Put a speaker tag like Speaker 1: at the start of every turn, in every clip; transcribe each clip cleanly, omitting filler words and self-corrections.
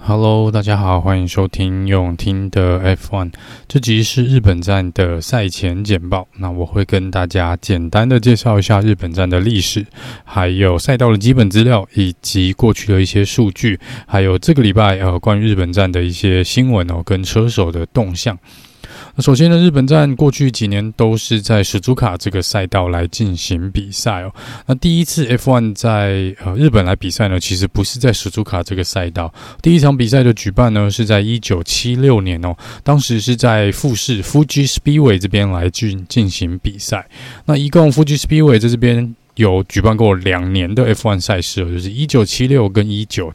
Speaker 1: Hello， 大家好，欢迎收听用听的 F1。这集是日本站的赛前简报。那我会跟大家简单的介绍一下日本站的历史，还有赛道的基本资料，以及过去的一些数据，还有这个礼拜关于日本站的一些新闻跟车手的动向。那首先呢，日本站过去几年都是在史祖卡这个赛道来进行比赛哦。那第一次 F1 在日本来比赛呢，其实不是在史祖卡这个赛道。第一场比赛的举办呢，是在1976年哦，当时是在富士 Fuji Speedway 这边来进行比赛。那一共 Fuji Speedway 在这边有举办过2年的 F1 赛事，就是1976跟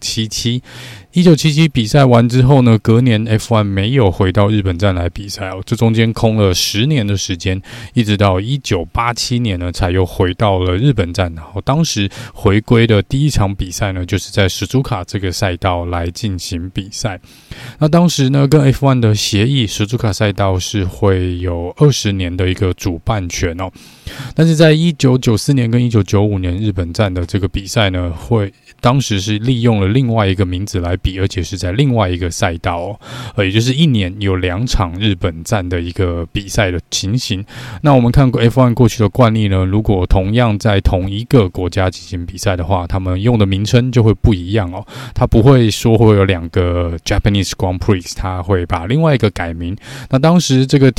Speaker 1: 1977。1977比赛完之后呢，隔年 F1 没有回到日本站来比赛哦，这中间空了10年的时间，一直到1987年呢，才又回到了日本站。然后当时回归的第一场比赛呢，就是在史祖卡这个赛道来进行比赛。那当时呢，跟 F1 的协议，史祖卡赛道是会有20年的一个主办权哦。但是在1994年跟1995年日本站的这个比赛呢，当时是利用了另外一个名字来比，而且是在另外一个赛道也就是一年有2场日本站的一个比赛的情形。那我们看过 F1 过去的惯例呢，如果同样在同一个国家进行比赛的话，他们用的名称就会不一样哦。他不会说会有2个 Japanese Grand Prix， 他会把另外一个改名。那当时这个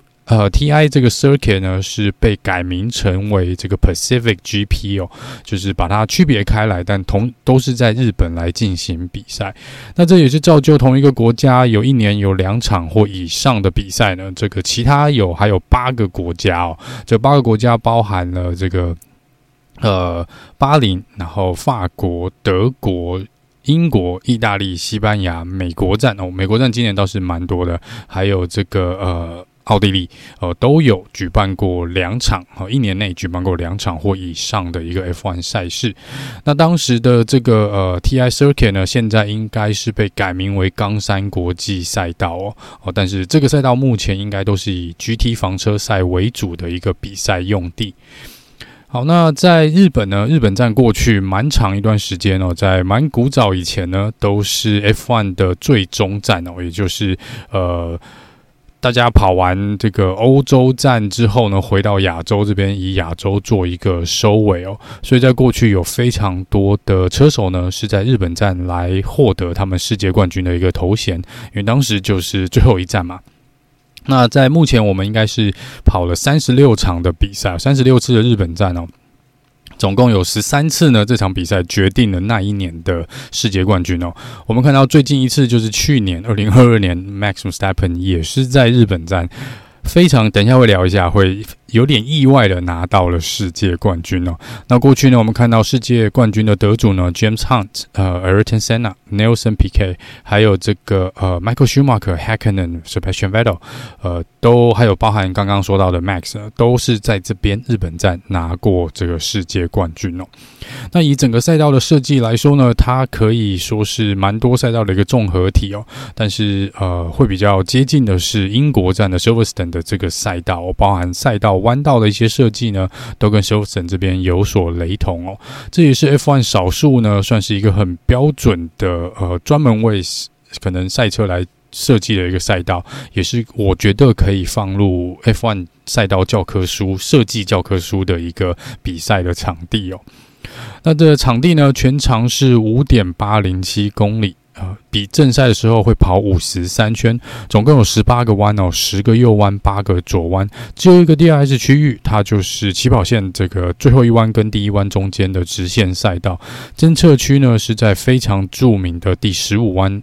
Speaker 1: TI 这个 circuit 呢是被改名成为这个 Pacific GP 哦，就是把它区别开来，但都是在日本来进行比赛。那这也是造就同一个国家有一年有2场或以上的比赛呢，这个其他还有8个国家哦，这8个国家包含了这个巴林，然后法国、德国、英国、意大利、西班牙、美国站哦，美国站今年倒是蛮多的，还有这个奥地利都有举办过2场，一年内举办过2场或以上的一个 F1 赛事。那当时的这个TI Circuit 呢，现在应该是被改名为冈山国际赛道哦，但是这个赛道目前应该都是以 GT 房车赛为主的一个比赛用地。好，那在日本呢，日本站过去蛮长一段时间哦，在蛮古早以前呢，都是 F1 的最终站哦，也就是大家跑完这个欧洲站之后呢，回到亚洲这边，以亚洲做一个收尾哦。所以在过去有非常多的车手呢，是在日本站来获得他们世界冠军的一个头衔，因为当时就是最后一站嘛。那在目前我们应该是跑了36场的比赛，36次的日本站哦。总共有13次呢，这场比赛决定了那一年的世界冠军哦。我们看到最近一次就是去年2022年 Max Verstappen 也是在日本站，非常等一下会聊一下，会有点意外的拿到了世界冠军哦。那过去呢，我们看到世界冠军的得主呢 ，James Hunt、Ayrton Senna、Nelson Piquet， 还有这个Michael Schumacher、Häkkinen、Sebastian Vettel， 都还有包含刚刚说到的 Max， 都是在这边日本站拿过这个世界冠军哦。那以整个赛道的设计来说呢，它可以说是蛮多赛道的一个综合体哦。但是会比较接近的是英国站的 Silverstone 的这个赛道哦，包含赛道弯道的一些设计呢，都跟 Silverstone 这边有所雷同哦。这也是 F1 少数呢，算是一个很标准的专门为可能赛车来设计的一个赛道，也是我觉得可以放入 F1 赛道教科书设计教科书的一个比赛的场地哦。那这个场地呢，全长是 5.807 公里。比正赛的时候会跑53圈，总共有18个弯哦，10个右弯，8个左弯，只有一个 DRS 区域，它就是起跑线这个最后一弯跟第一弯中间的直线赛道。侦测区呢是在非常著名的第15弯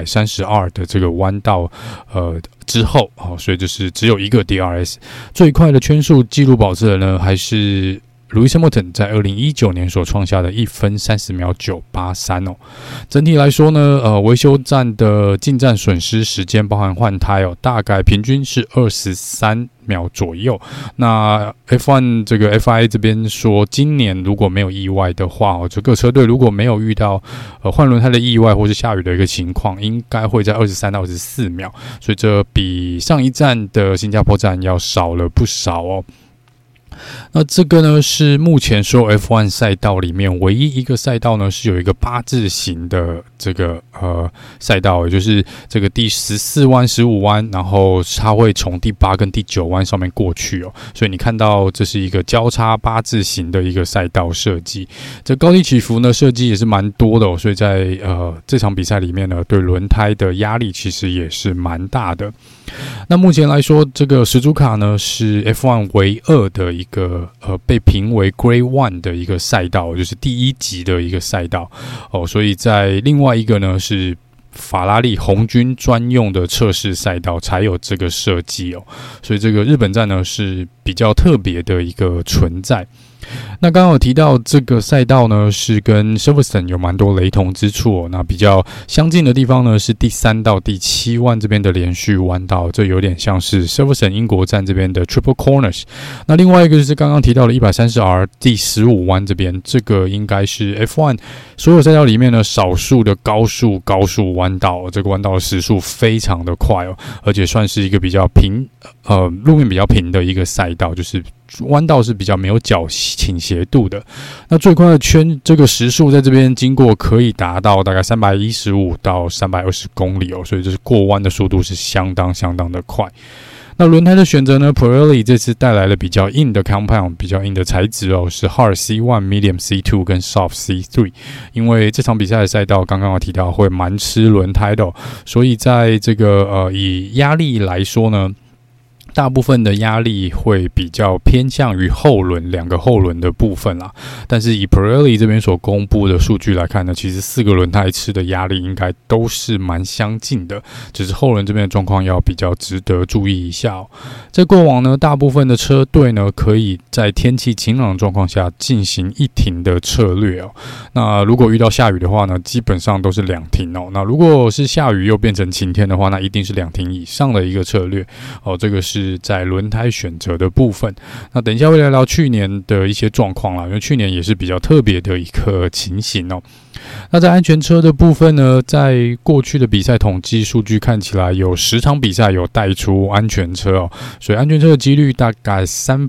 Speaker 1: 132的这个弯道之后所以就是只有一个 DRS。最快的圈速纪录保持人呢还是Lewis Hamilton 在2019年所创下的1分30秒983哦。整体来说呢，维修站的进站损失时间，包含换胎哦，大概平均是23秒左右。那 F1 这个 FIA 这边说，今年如果没有意外的话这个车队如果没有遇到换轮胎的意外或是下雨的一个情况，应该会在23到24秒，所以这比上一站的新加坡站要少了不少哦。那这个呢是目前所有 F1 赛道里面唯一一个赛道呢是有一个8字形的这个赛道，也就是这个第14弯、15弯，然后它会从第8跟第9弯上面过去哦，所以你看到这是一个交叉8字形的一个赛道设计。这高低起伏呢设计也是蛮多的哦，所以在这场比赛里面呢，对轮胎的压力其实也是蛮大的。那目前来说，这个史祖卡呢是 F1 唯2的一个被评为 Grade 1的一个赛道，就是第1级的一个赛道哦，所以在另外一个呢是法拉利红军专用的测试赛道才有这个设计哦，所以这个日本站呢是比较特别的一个存在。那刚刚有提到这个赛道呢是跟 Silverstone 有蛮多雷同之处哦，那比较相近的地方呢是第3到第7弯这边的连续弯道，这有点像是 Silverstone 英国站这边的 Triple Corners。 那另外一个就是刚刚提到的 130R 第15弯这边，这个应该是 F1 所有赛道里面呢少数的高速弯道，这个弯道的时速非常的快哦，而且算是一个比较平路面比较平的一个赛道，就是弯道是比较没有角倾斜度的。那最快的圈这个时速在这边经过可以达到大概315到320公里哦，所以这是过弯的速度是相当的快。那轮胎的选择呢 Pirelli 这次带来了比较硬的 compound， 比较硬的材质哦，是 Hard C1、Medium C2 跟 Soft C3。 因为这场比赛的赛道刚刚有提到会蛮吃轮胎的哦，所以在这个以压力来说呢，大部分的压力会比较偏向于后轮2个后轮的部分啦，但是以 Pirelli 这边所公布的数据来看呢，其实4个轮胎吃的压力应该都是蛮相近的，只是后轮这边的状况要比较值得注意一下哦。在过往呢，大部分的车队呢可以在天气晴朗的状况下进行1停的策略哦。那如果遇到下雨的话呢，基本上都是2停哦。那如果是下雨又变成晴天的话，那一定是2停以上的一个策略哦。这个是在轮胎选择的部分。那等一下会聊聊去年的一些状况啦，因为去年也是比较特别的一个情形哦。那在安全车的部分呢，在过去的比赛统计数据看起来有10场比赛有带出安全车哦，所以安全车的几率大概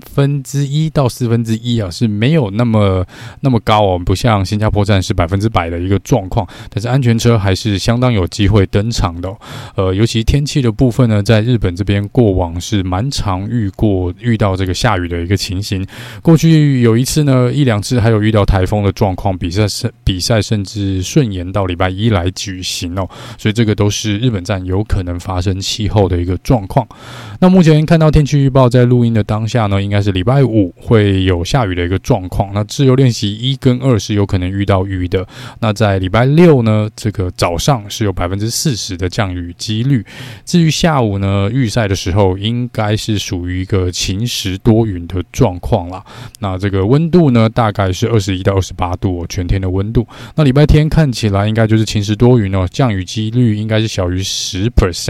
Speaker 1: 1/3到1/4啊，是没有那么高哦，不像新加坡站是100%的一个状况，但是安全车还是相当有机会登场的哦。尤其天气的部分呢，在日本这边过往是蛮常遇到这个下雨的一个情形，过去有一次呢1-2次还有遇到台风的状况，比赛甚至顺延到礼拜1来举行哦，所以这个都是日本站有可能发生气候的一个状况。那目前看到天气预报，在录音的当下呢，应该是礼拜5会有下雨的一个状况。那自由练习1跟2是有可能遇到雨的。那在礼拜6呢，这个早上是有40%的降雨几率。至于下午呢，预赛的时候应该是属于一个晴时多云的状况啦。那这个温度呢，大概是21到28度哦，全天的温度。那礼拜天看起来应该就是晴时多云哦，降雨几率应该是小于10%，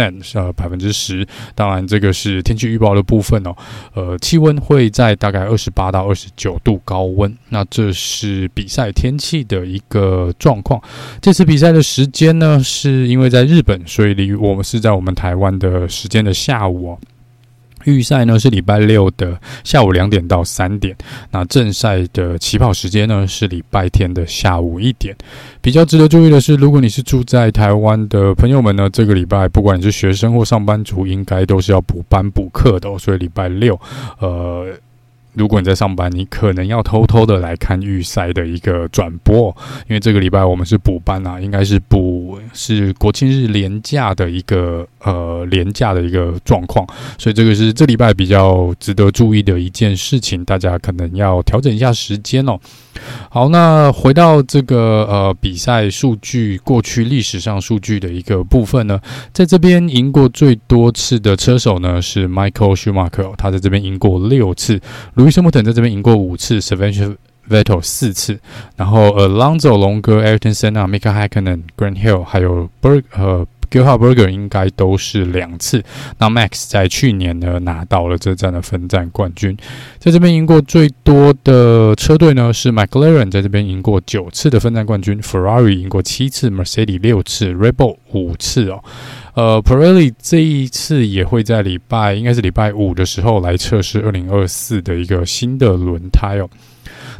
Speaker 1: 10%。当然这个是天气预报的部分哦。气温会在大概28到29度高温。那这是比赛天气的一个状况。这次比赛的时间呢，是因为在日本，所以我们是在我们台湾的时间的下午哦。预赛呢是礼拜6的下午2点到3点，那正赛的起跑时间呢是礼拜天的下午1点。比较值得注意的是，如果你是住在台湾的朋友们呢，这个礼拜不管你是学生或上班族，应该都是要补班补课的哦，所以礼拜6如果你在上班，你可能要偷偷的来看预赛的一个转播，因为这个礼拜我们是补班啊，应该是是国庆日连假的一个状况，所以这个是这礼拜比较值得注意的一件事情，大家可能要调整一下时间哦。好，那回到这个比赛数据，过去历史上数据的一个部分呢，在这边赢过最多次的车手呢是 Michael Schumacher， 他在这边赢过6次。Lewis Hamilton 在这边赢过5次 ，Sebastian Vettel 4次，然后Alonso 龙哥、Ayrton Senna、Mika Häkkinen、Grant Hill 还有Gerhard Berger 应该都是2次。那 Max 在去年呢拿到了这站的分站冠军。在这边赢过最多的车队呢是 McLaren， 在这边赢过9次的分站冠军。Ferrari 赢过7次 ，Mercedes 6次 ，Red Bull 5次哦。Pirelli 这一次也会在应该是礼拜5的时候来测试2024的一个新的轮胎哦。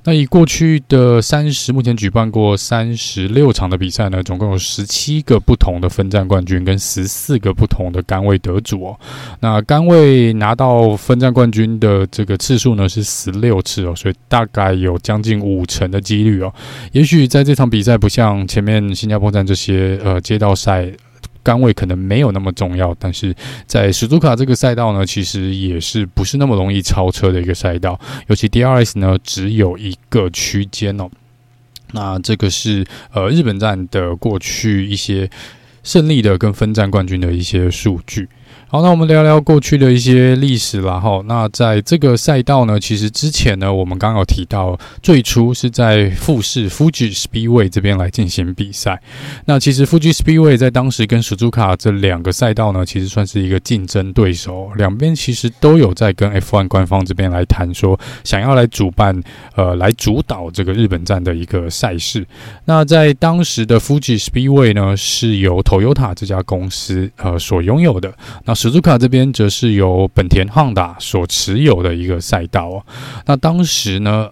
Speaker 1: 那以过去的目前举办过36场的比赛呢，总共有17个不同的分站冠军跟14个不同的杆位得主哦。那杆位拿到分站冠军的这个次数呢是16次哦，所以大概有将近50%的几率哦。也许在这场比赛不像前面新加坡站这些街道赛，杆位可能没有那么重要，但是在史祖卡这个赛道呢，其实也是不是那么容易超车的一个赛道，尤其 DRS 呢只有一个区间哦。那这个是日本站的过去一些胜利的跟分站冠军的一些数据。好，那我们聊聊过去的一些历史啦齁。那在这个赛道呢，其实之前呢，我们刚刚有提到，最初是在富士 Fuji Speedway 这边来进行比赛。那其实 Fuji Speedway 在当时跟Suzuka 这两个赛道呢，其实算是一个竞争对手，两边其实都有在跟 F1 官方这边来谈说，想要来主办来主导这个日本站的一个赛事。那在当时的 Fuji Speedway 呢，是由 Toyota 这家公司所拥有的。那Suzuka 这边则是由本田 Honda 所持有的一个赛道哦。那当时呢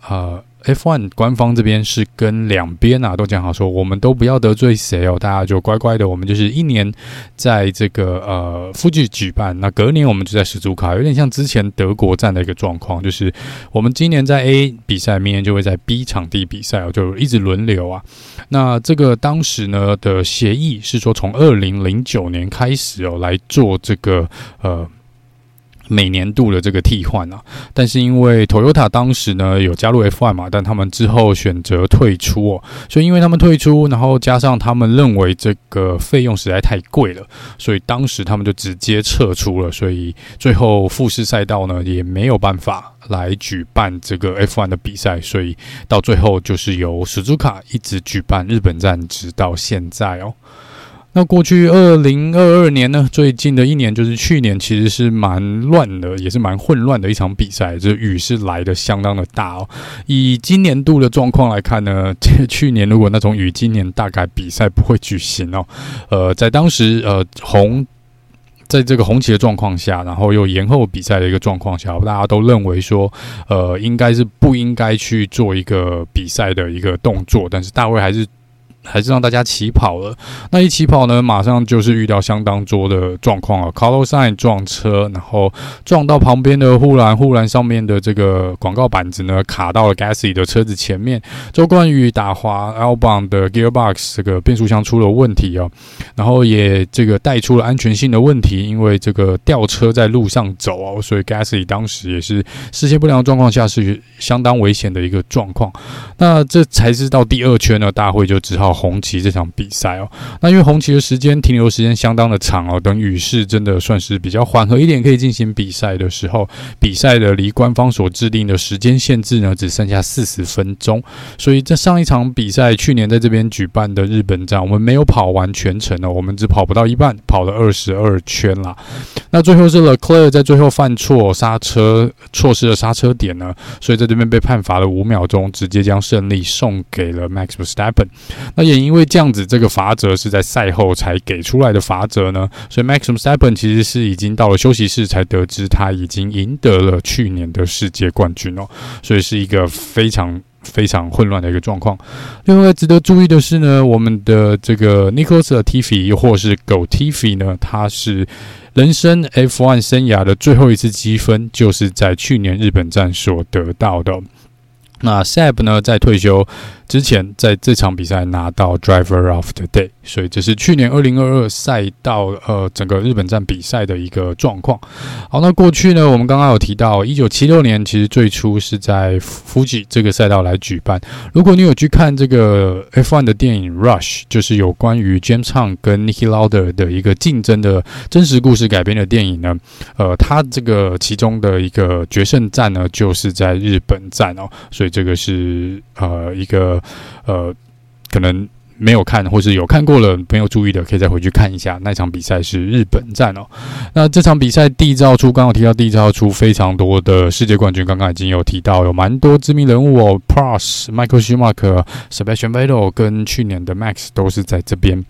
Speaker 1: F1 官方这边是跟两边都讲好说，我们都不要得罪谁哦，大家就乖乖的，我们就是一年在这个Fuji 举办，那隔年我们就在Suzuka，有点像之前德国站的一个状况，就是我们今年在 A 比赛，明年就会在 B 场地比赛就一直轮流啊。那这个当时呢的协议是说，从2009年开始来做这个每年度的这个替换啊，但是因为 Toyota 当时呢有加入 F1 嘛，但他们之后选择退出哦，所以因为他们退出，然后加上他们认为这个费用实在太贵了，所以当时他们就直接撤出了，所以最后富士赛道呢也没有办法来举办这个 F1 的比赛，所以到最后就是由 Suzuka 一直举办日本站，直到现在哦。那过去2022年呢，最近的一年就是去年，其实是蛮乱的，也是蛮混乱的一场比赛，这雨是来的相当的大哦。以今年度的状况来看呢，去年如果那种雨，今年大概比赛不会举行哦。在当时在这个红旗的状况下，然后又延后比赛的一个状况下，大家都认为说，应该是不应该去做一个比赛的一个动作，但是大会还是让大家起跑了。那一起跑呢，马上就是遇到相当多的状况啊 ，Carlos Sainz 撞车，然后撞到旁边的护栏上面的这个广告板子呢，卡到了 Gasly 的车子前面。周冠宇打滑 Albon 的 Gearbox 这个变速箱出了问题哦，然后也这个带出了安全性的问题，因为这个吊车在路上走哦，所以 Gasly 当时也是视线不良的状况下是相当危险的一个状况。那这才是到第二圈呢，大会就只好红旗这场比赛哦。那因为红旗的停留时间相当的长哦，等雨势真的算是比较缓和一点，可以进行比赛的时候，比赛的离官方所制定的时间限制呢，只剩下40分钟。所以在上一场比赛，去年在这边举办的日本站，我们没有跑完全程哦，我们只跑不到一半，跑了22圈啦。那最后是 Leclerc 在最后犯错错失了刹车点呢，所以在这边被判罚了5秒钟，直接将胜利送给了 Max Verstappen。那也因为这样子，这个罚则是在赛后才给出来的罚则呢，所以 Max Verstappen 其实是已经到了休息室才得知他已经赢得了去年的世界冠军哦，所以是一个非常混乱的一个状况。另外值得注意的是呢，我们的这个 Nicholas Latifi 又或是狗 Tiffy 呢，他是人生 F1 生涯的最后一次积分，就是在去年日本站所得到的。那 Seb 呢，在退休之前，在这场比赛拿到 Driver of the Day， 所以这是去年2022赛道整个日本站比赛的一个状况。好，那过去呢，我们刚刚有提到1976年其实最初是在 Fuji 这个赛道来举办。如果你有去看这个 F1 的电影 Rush， 就是有关于 James Hunt 跟 Niki Lauda 的一个竞争的真实故事改编的电影呢，它这个其中的一个决胜战呢，就是在日本站哦，所以这个是一个可能没有看或是有看过了没有注意的，可以再回去看一下。那场比赛是日本站哦。那这场比赛缔造出，刚刚提到缔造出非常多的世界冠军，刚刚已经有提到，有蛮多知名人物哦 ，Prost、Michael Schumacher、Sebastian Vettel 跟去年的 Max 都是在这边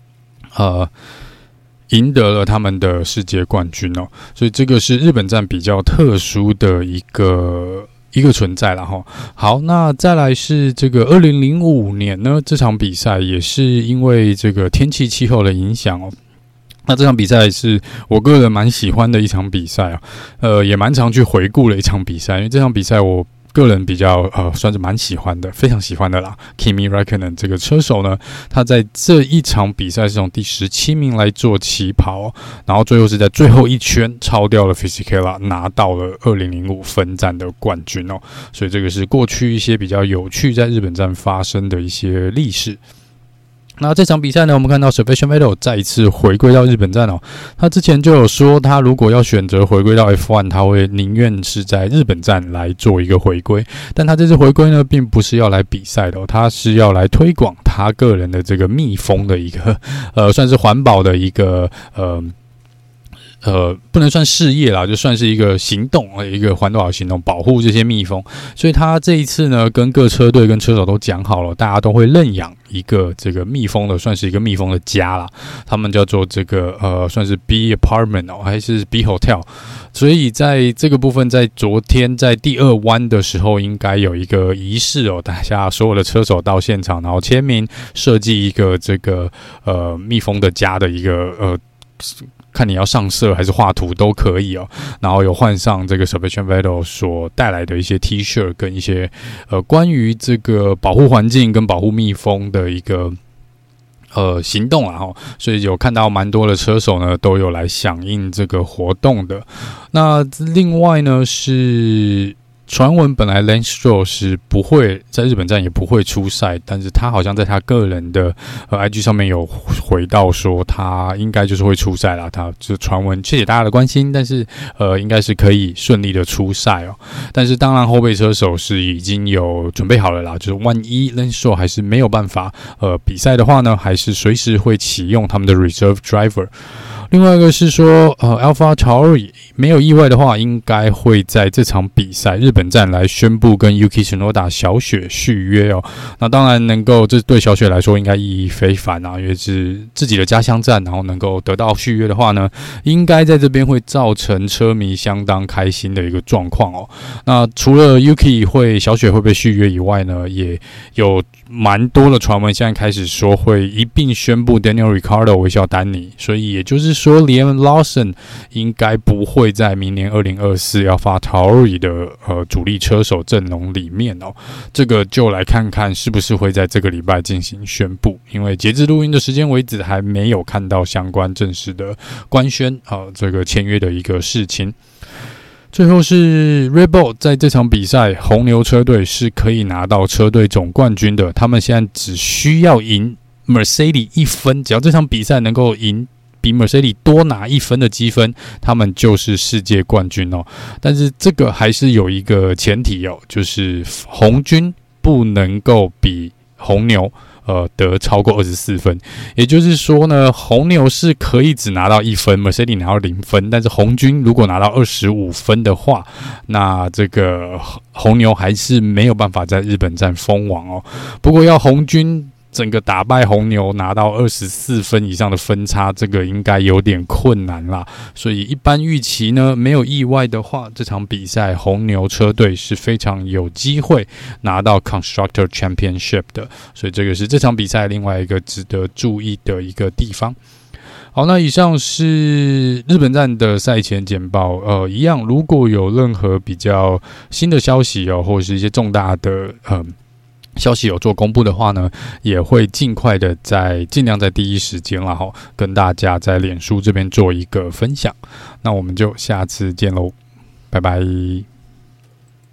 Speaker 1: 赢得了他们的世界冠军哦。所以这个是日本站比较特殊的一一个存在啦齁。好，那再来是这个2005年呢，这场比赛也是因为这个天气气候的影响哦。那这场比赛是我个人蛮喜欢的一场比赛也蛮常去回顾的一场比赛，因为这场比赛我个人比较算是蛮喜欢的，非常喜欢的啦。Kimi Räikkönen 这个车手呢，他在这一场比赛是从第17名来做起跑然后最后是在最后一圈超掉了 Fisichella， 拿到了2005分站的冠军所以这个是过去一些比较有趣在日本站发生的一些历史。那这场比赛呢，我们看到 Sebastian Vettel 再一次回归到日本站他之前就有说，他如果要选择回归到 F1， 他会宁愿是在日本站来做一个回归。但他这次回归呢，并不是要来比赛的他是要来推广他个人的这个蜜蜂的一个算是环保的一个不能算事业啦，就算是一个行动，一个环保行动，保护这些蜜蜂。所以他这一次呢，跟各车队跟车手都讲好了，大家都会认养一个这个蜜蜂的，算是一个蜜蜂的家啦。他们叫做这个算是 Bee Apartment 还是 Bee Hotel。所以在这个部分，在昨天在第2弯的时候，应该有一个仪式大家所有的车手到现场，然后签名，设计一个这个蜜蜂的家的一个看你要上色还是画图都可以然后有换上这个 Sebastian Vettel 所带来的一些 T 恤跟一些关于这个保护环境跟保护蜜蜂的一个行动啦所以有看到蛮多的车手呢都有来响应这个活动的。那另外呢是传闻本来 Lance Stroll 是不会在日本站也不会出赛，但是他好像在他个人的IG 上面有回到说他应该就是会出赛啦，他就传闻谢谢大家的关心，但是应该是可以顺利的出赛但是当然后备车手是已经有准备好了啦，就是万一 Lance Stroll 还是没有办法比赛的话呢，还是随时会启用他们的 reserve driver。另外一个是说Alpha Tauri 没有意外的话，应该会在这场比赛日本站来宣布跟 Yuki Tsunoda 小雪续约那当然能够，这对小雪来说应该意义非凡因为是自己的家乡站，然后能够得到续约的话呢，应该在这边会造成车迷相当开心的一个状况那除了 Yuki 小雪会被续约以外呢，也有蛮多的传闻现在开始说会一并宣布 Daniel Ricciardo 微笑丹尼，所以也就是说 Liam Lawson 应该不会在明年2024 Alpha Tauri 的主力车手阵容里面这个就来看看是不是会在这个礼拜进行宣布，因为截至录音的时间为止还没有看到相关正式的官宣这个签约的一个事情。最后是 Red Bull 在这场比赛，红牛车队是可以拿到车队总冠军的。他们现在只需要赢 Mercedes 1分，只要这场比赛能够赢比 Mercedes 多拿1分的积分，他们就是世界冠军但是这个还是有一个前提就是红军不能够比红牛得超过24分，也就是说呢，红牛是可以只拿到1分 ，Mercedes 拿到0分，但是红军如果拿到25分的话，那这个红牛还是没有办法在日本站封王不过要红军整个打败红牛拿到24分以上的分差，这个应该有点困难啦。所以一般预期呢，没有意外的话，这场比赛红牛车队是非常有机会拿到 Constructor Championship 的。所以这个是这场比赛另外一个值得注意的一个地方。好，那以上是日本站的赛前简报。一样，如果有任何比较新的消息或者是一些重大的消息有做公布的话呢，也会尽快的尽量在第一时间啦跟大家在脸书这边做一个分享。那我们就下次见喽，拜拜。